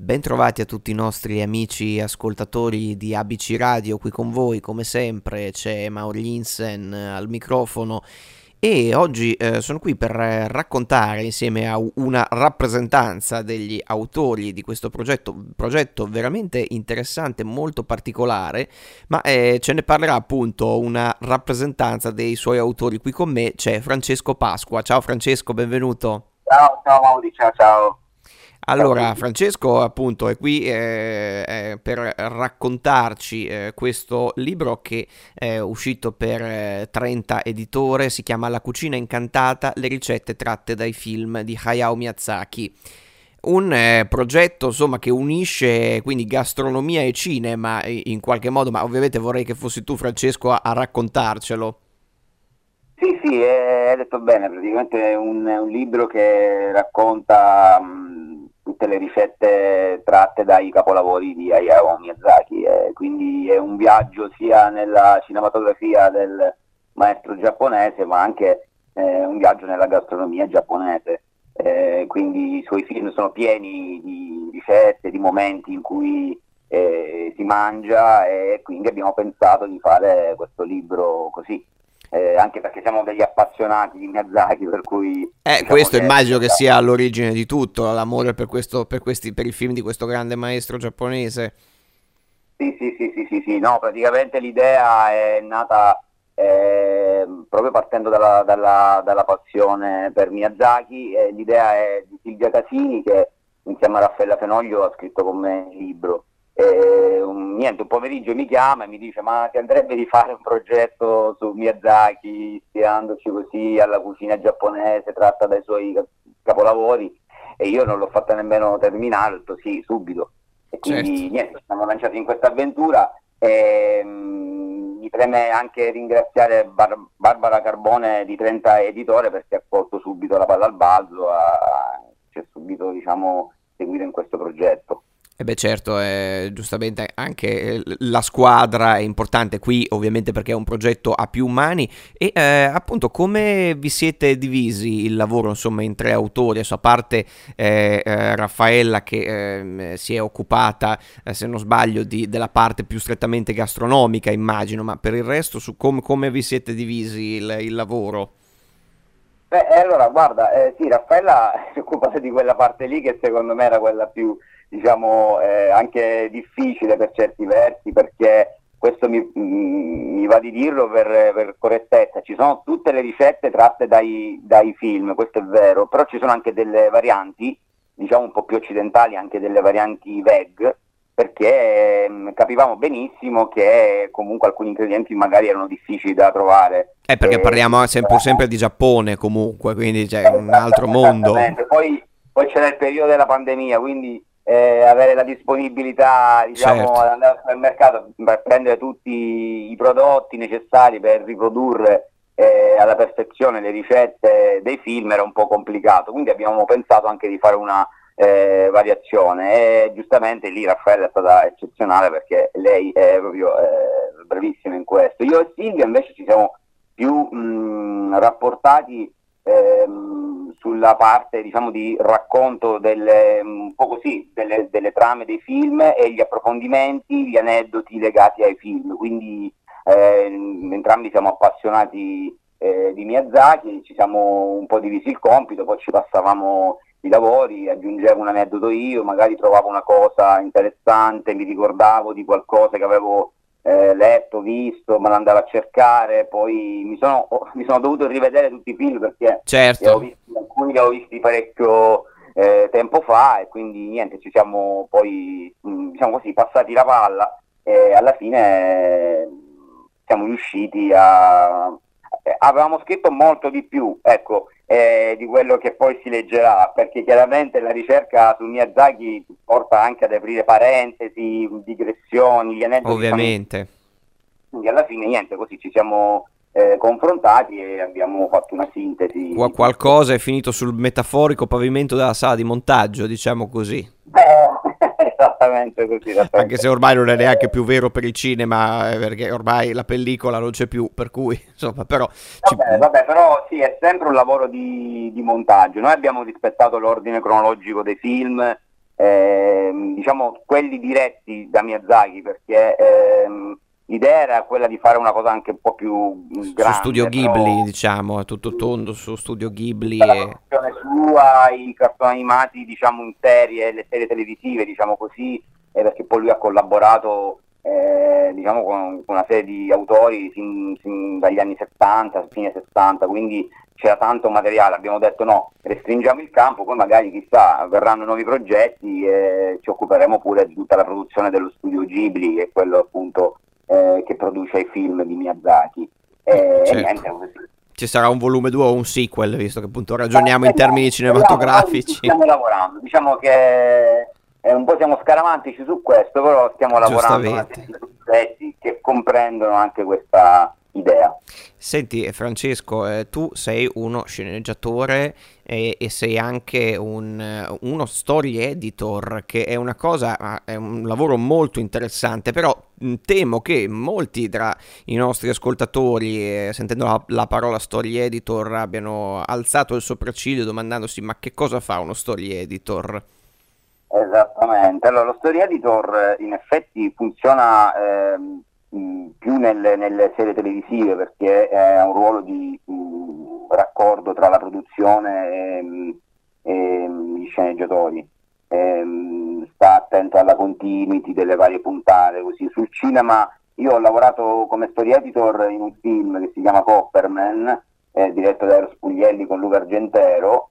Bentrovati a tutti i nostri amici ascoltatori di ABC Radio, qui con voi come sempre c'è Maurlinsen al microfono e oggi sono qui per raccontare insieme a una rappresentanza degli autori di questo progetto veramente interessante, molto particolare, ma ce ne parlerà appunto una rappresentanza dei suoi autori. Qui con me c'è Francesco Pasqua. Ciao Francesco, benvenuto. Ciao Mauri, ciao ciao. Ciao a Allora, tutti. Francesco appunto è qui per raccontarci questo libro che è uscito per 30 editore, si chiama La cucina incantata, le ricette tratte dai film di Hayao Miyazaki. Un progetto insomma che unisce quindi gastronomia e cinema in qualche modo, ma ovviamente vorrei che fossi tu Francesco a raccontarcelo. Sì, sì, hai detto bene, praticamente è un libro che racconta tutte le ricette tratte dai capolavori di Hayao Miyazaki, quindi è un viaggio sia nella cinematografia del maestro giapponese, ma anche un viaggio nella gastronomia giapponese. Quindi i suoi film sono pieni di ricette, di momenti in cui si mangia e quindi abbiamo pensato di fare questo libro così. Anche perché siamo degli appassionati di Miyazaki, per cui diciamo Questo che immagino che sia all'origine di tutto, l'amore per i film di questo grande maestro giapponese. sì, sì, sì, sì, sì, sì, no, praticamente l'idea è nata proprio partendo dalla passione per Miyazaki. L'idea è di Silvia Casini, che insieme a Raffaella Fenoglio ha scritto con me il libro. Niente, un pomeriggio mi chiama e mi dice: ma ti andrebbe di fare un progetto su Miyazaki, ispirandoci così alla cucina giapponese tratta dai suoi capolavori? E io non l'ho fatta nemmeno terminare, ho detto sì, subito. E Certo. quindi niente, ci siamo lanciati in questa avventura. E, mi preme anche ringraziare Barbara Carbone di 30 Editore, perché ha colto subito la palla al balzo, ci ha subito, diciamo, seguito in questo progetto. E beh certo, giustamente anche la squadra è importante qui ovviamente perché è un progetto a più mani e appunto come vi siete divisi il lavoro insomma in tre autori, adesso a parte Raffaella che si è occupata se non sbaglio della parte più strettamente gastronomica immagino, ma per il resto su come vi siete divisi il lavoro? Beh, allora, guarda, sì, Raffaella si è occupata di quella parte lì che secondo me era quella più, diciamo, anche difficile per certi versi, perché questo mi va di dirlo per correttezza. Ci sono tutte le ricette tratte dai film, questo è vero, però ci sono anche delle varianti, diciamo un po' più occidentali, anche delle varianti veg, perché capivamo benissimo che comunque alcuni ingredienti magari erano difficili da trovare. Perché parliamo pur sempre di Giappone comunque, quindi c'è un altro mondo. Esattamente. Poi c'era il periodo della pandemia, quindi avere la disponibilità, diciamo, Certo. ad andare al supermercato per prendere tutti i prodotti necessari per riprodurre alla perfezione le ricette dei film era un po' complicato, quindi abbiamo pensato anche di fare una variazione, e giustamente lì Raffaella è stata eccezionale perché lei è proprio bravissima in questo. Io e Silvia invece ci siamo più rapportati sulla parte, diciamo, di racconto un po' così, delle trame dei film e gli approfondimenti, gli aneddoti legati ai film. Quindi entrambi siamo appassionati di Miyazaki, ci siamo un po' divisi il compito, poi ci passavamo i lavori, aggiungevo un aneddoto io, magari trovavo una cosa interessante, mi ricordavo di qualcosa che avevo letto, visto, me l'andavo a cercare, poi mi sono dovuto rivedere tutti i film perché Certo. alcuni li avevo visti parecchio tempo fa, e quindi niente, ci siamo poi diciamo così passati la palla e alla fine siamo riusciti avevamo scritto molto di più, ecco, di quello che poi si leggerà, perché chiaramente la ricerca su Miyazaki porta anche ad aprire parentesi, digressioni, gli aneddoti sono Ovviamente. quindi alla fine niente, così ci siamo confrontati e abbiamo fatto una sintesi di tutto. Qualcosa è finito sul metaforico pavimento della sala di montaggio, diciamo così. Esattamente così, Anche esattamente se così. ormai non è neanche più vero per il cinema, perché ormai la pellicola non c'è più, per cui insomma, però Vabbè, però sì, è sempre un lavoro di montaggio. Noi abbiamo rispettato l'ordine cronologico dei film, diciamo quelli diretti da Miyazaki, perché l'idea era quella di fare una cosa anche un po' più Su Studio grande, Ghibli, però diciamo, a tutto tondo su Studio tutta Ghibli la e... produzione sua, i cartoni animati, diciamo, in serie, le serie televisive, diciamo così, perché poi lui ha collaborato, diciamo, con una serie di autori sin dagli anni 70, fine 60, quindi c'era tanto materiale. Abbiamo detto no, restringiamo il campo, poi magari chissà, verranno nuovi progetti e ci occuperemo pure di tutta la produzione dello studio Ghibli, che è quello appunto che produce i film di Miyazaki. E Certo. niente, così. Ci sarà un volume 2 o un sequel, visto che appunto ragioniamo in termini Noi ci cinematografici. stiamo lavorando, diciamo che un po' siamo scaramantici su questo, però stiamo lavorando a una serie Giustamente. di progetti che comprendono anche questa idea. Senti, Francesco, tu sei uno sceneggiatore e sei anche uno story editor, che è una cosa, è un lavoro molto interessante, però temo che molti tra i nostri ascoltatori, sentendo la parola story editor, abbiano alzato il sopracciglio domandandosi ma che cosa fa uno story editor? Esattamente, allora lo story editor in effetti funziona più nelle serie televisive perché è un ruolo di raccordo tra la produzione e gli sceneggiatori. Sta attento alla continuity delle varie puntate, così. Sul cinema io ho lavorato come story editor in un film che si chiama Copperman, diretto da Eros Puglielli con Luca Argentero.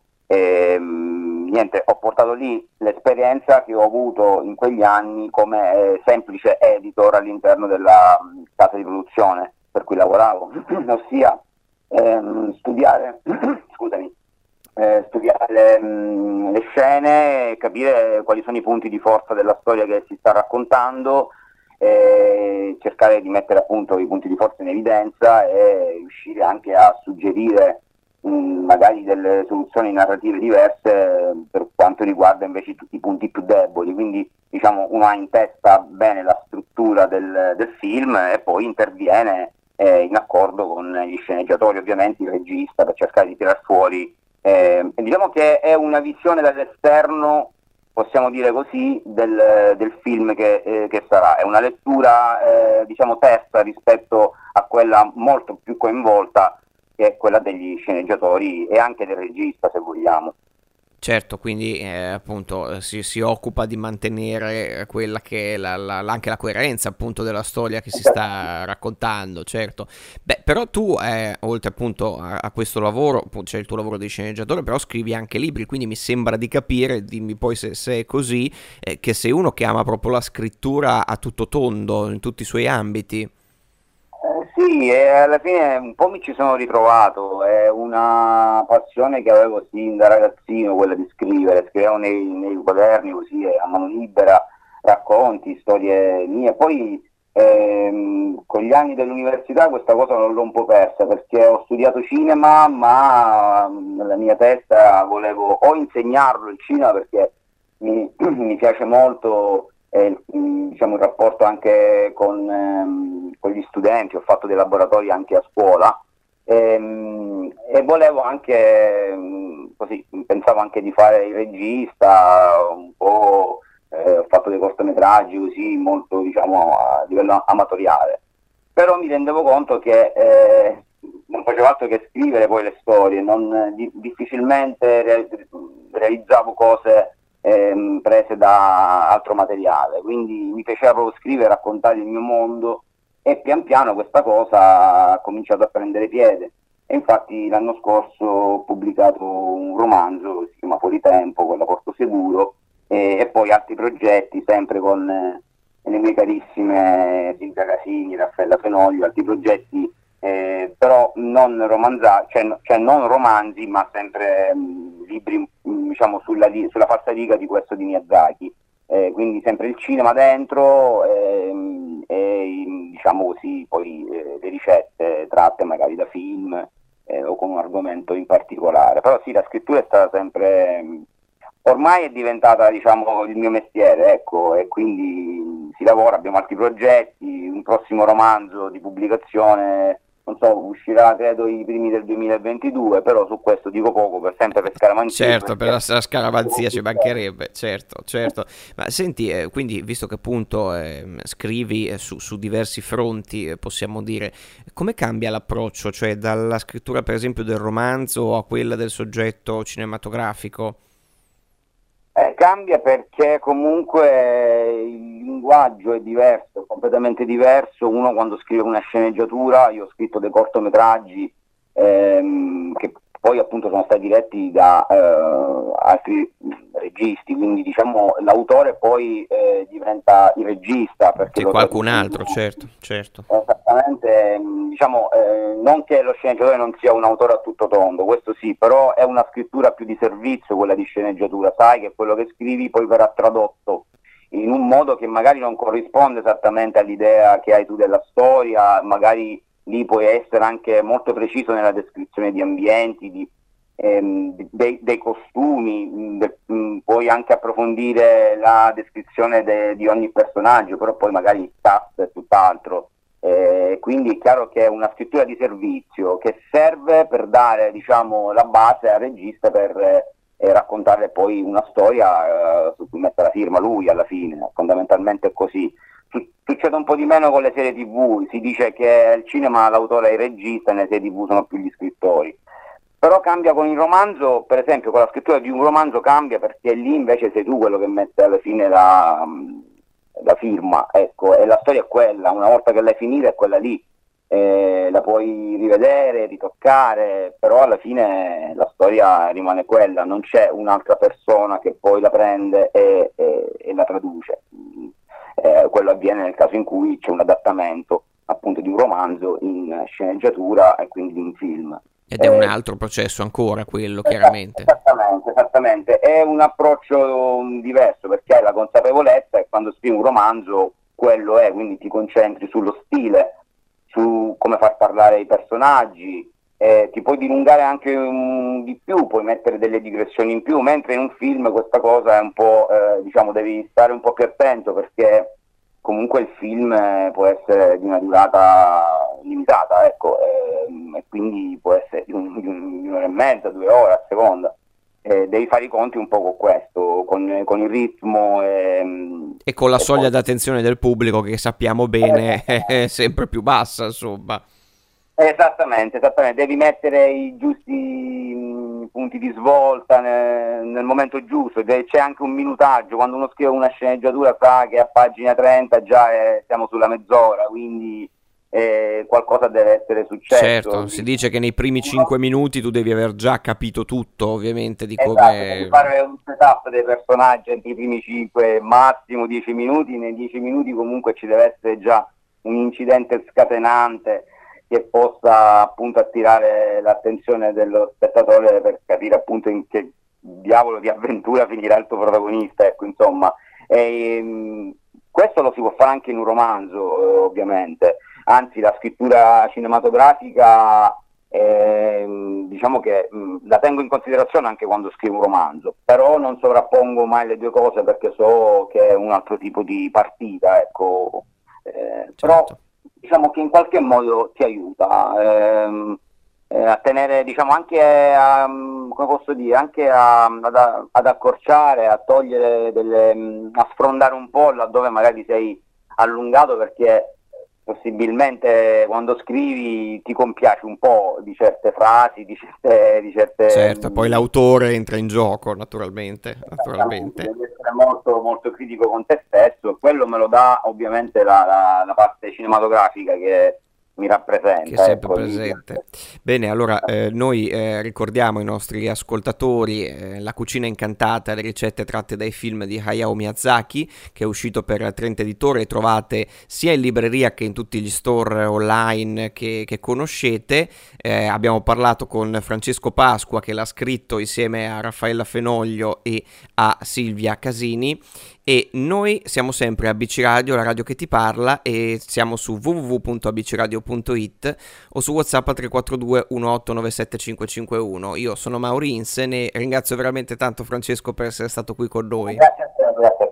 Niente, ho portato lì l'esperienza che ho avuto in quegli anni come semplice editor all'interno della casa di produzione per cui lavoravo, ossia studiare, scusami, studiare le scene, capire quali sono i punti di forza della storia che si sta raccontando, cercare di mettere appunto i punti di forza in evidenza e riuscire anche a suggerire magari delle soluzioni narrative diverse per quanto riguarda invece tutti i punti più deboli. Quindi diciamo uno ha in testa bene la struttura del film e poi interviene in accordo con gli sceneggiatori, ovviamente il regista, per cercare di tirar fuori. Diciamo che è una visione dall'esterno, possiamo dire così, del film che sarà. È una lettura diciamo terza rispetto a quella molto più coinvolta che è quella degli sceneggiatori e anche del regista, se vogliamo. Certo, quindi appunto si occupa di mantenere quella che è anche la coerenza appunto della storia che si sta raccontando, certo. Beh, però tu, oltre appunto a questo lavoro, appunto, c'è il tuo lavoro di sceneggiatore, però scrivi anche libri, quindi mi sembra di capire, dimmi poi se è così, che sei uno che ama proprio la scrittura a tutto tondo, in tutti i suoi ambiti. Sì, e alla fine un po' mi ci sono ritrovato, è una passione che avevo sin da ragazzino, quella di scrivere, scrivevo nei quaderni così a mano libera, racconti, storie mie, poi con gli anni dell'università questa cosa non l'ho un po' persa perché ho studiato cinema, ma nella mia testa volevo o insegnarlo il cinema perché mi piace molto diciamo, il rapporto anche con gli studenti, ho fatto dei laboratori anche a scuola e volevo anche, così, pensavo anche di fare il regista, un po', ho fatto dei cortometraggi così, molto diciamo a livello amatoriale, però mi rendevo conto che non facevo altro che scrivere poi le storie, difficilmente realizzavo cose prese da altro materiale, quindi mi piaceva proprio scrivere, raccontare il mio mondo e pian piano questa cosa ha cominciato a prendere piede e infatti l'anno scorso ho pubblicato un romanzo che si chiama Fuori Tempo con la Porto Seguro e poi altri progetti sempre con le mie carissime Silvia Casini, Raffaella Fenoglio, altri progetti però non cioè non romanzi, ma sempre libri diciamo sulla falsariga di questo di Miyazaki. Quindi sempre il cinema dentro diciamo così poi le ricette tratte magari da film o con un argomento in particolare. Però sì, la scrittura è stata sempre ormai è diventata diciamo il mio mestiere, ecco, e quindi si lavora, abbiamo altri progetti, un prossimo romanzo di pubblicazione non so, uscirà credo i primi del 2022, però su questo dico poco, sempre per scaramanzia. Certo, per la scaramanzia ci mancherebbe, certo, certo. Ma senti, quindi visto che appunto scrivi su diversi fronti, possiamo dire, come cambia l'approccio, cioè dalla scrittura per esempio del romanzo a quella del soggetto cinematografico? Cambia perché comunque il linguaggio è diverso, completamente diverso. Uno quando scrive una sceneggiatura, io ho scritto dei cortometraggi che poi appunto sono stati diretti da altri registi, quindi diciamo l'autore poi diventa il regista perché C'è qualcun altro, certo, certo. esattamente, diciamo, non che lo sceneggiatore non sia un autore a tutto tondo, questo sì, però è una scrittura più di servizio quella di sceneggiatura, sai che quello che scrivi poi verrà tradotto in un modo che magari non corrisponde esattamente all'idea che hai tu della storia, magari lì puoi essere anche molto preciso nella descrizione di ambienti, dei costumi, puoi anche approfondire la descrizione di ogni personaggio, però poi magari il cast è tutt'altro. Quindi è chiaro che è una scrittura di servizio che serve per dare, diciamo, la base al regista per raccontare poi una storia su cui mette la firma lui alla fine, fondamentalmente è così. Succede un po' di meno con le serie TV, si dice che al cinema l'autore è il regista e nelle serie TV sono più gli scrittori. Però cambia con il romanzo, per esempio con la scrittura di un romanzo cambia perché lì invece sei tu quello che mette alla fine la firma, ecco, e la storia è quella, una volta che l'hai finita è quella lì, la puoi rivedere, ritoccare, però alla fine la storia rimane quella, non c'è un'altra persona che poi la prende e la traduce. Quello avviene nel caso in cui c'è un adattamento appunto di un romanzo in sceneggiatura e quindi di un film. Ed è un altro processo ancora quello, chiaramente. Esattamente, è un approccio diverso perché hai la consapevolezza che quando scrivi un romanzo quello è, quindi ti concentri sullo stile, su come far parlare i personaggi, ti puoi dilungare anche di più, puoi mettere delle digressioni in più, mentre in un film questa cosa è un po', diciamo, devi stare un po' più attento perché comunque il film può essere di una durata limitata, ecco, e quindi può essere di un'ora e mezza, 2 ore a seconda. Devi fare i conti un po' con questo, con il ritmo. E con la soglia d'attenzione del pubblico che sappiamo bene è sempre più bassa, insomma. Esattamente, devi mettere i giusti punti di svolta nel momento giusto, c'è anche un minutaggio, quando uno scrive una sceneggiatura sa che a pagina 30 già siamo sulla mezz'ora, quindi qualcosa deve essere successo. Certo, si dice che nei primi 5 minuti tu devi aver già capito tutto, ovviamente, di esatto, come... devi fare un setup dei personaggi entro i primi 5, massimo 10 minuti, nei 10 minuti comunque ci deve essere già un incidente scatenante che possa appunto attirare l'attenzione dello spettatore per capire appunto in che diavolo di avventura finirà il tuo protagonista, ecco, insomma. Questo lo si può fare anche in un romanzo, ovviamente, anzi la scrittura cinematografica diciamo che la tengo in considerazione anche quando scrivo un romanzo, però non sovrappongo mai le due cose perché so che è un altro tipo di partita, ecco, Certo. però diciamo che in qualche modo ti aiuta a tenere, diciamo, anche come posso dire, anche ad accorciare, a togliere a sfrondare un po' laddove magari sei allungato perché possibilmente quando scrivi ti compiaci un po' di certe frasi, di certe Certo, poi l'autore entra in gioco, naturalmente. devi essere molto, molto critico con te stesso, quello me lo dà ovviamente la parte cinematografica che mi rappresenta. Che è sempre ecco, presente. Bene, allora noi ricordiamo ai nostri ascoltatori La cucina incantata, le ricette tratte dai film di Hayao Miyazaki, che è uscito per Trent Editore, trovate sia in libreria che in tutti gli store online che conoscete. Abbiamo parlato con Francesco Pasqua che l'ha scritto insieme a Raffaella Fenoglio e a Silvia Casini. E noi siamo sempre ABC Radio, la radio che ti parla, e siamo su www.abcradio.it o su WhatsApp al 342 1897 551. Io sono Mauro Insen e ringrazio veramente tanto Francesco per essere stato qui con noi. Grazie a te.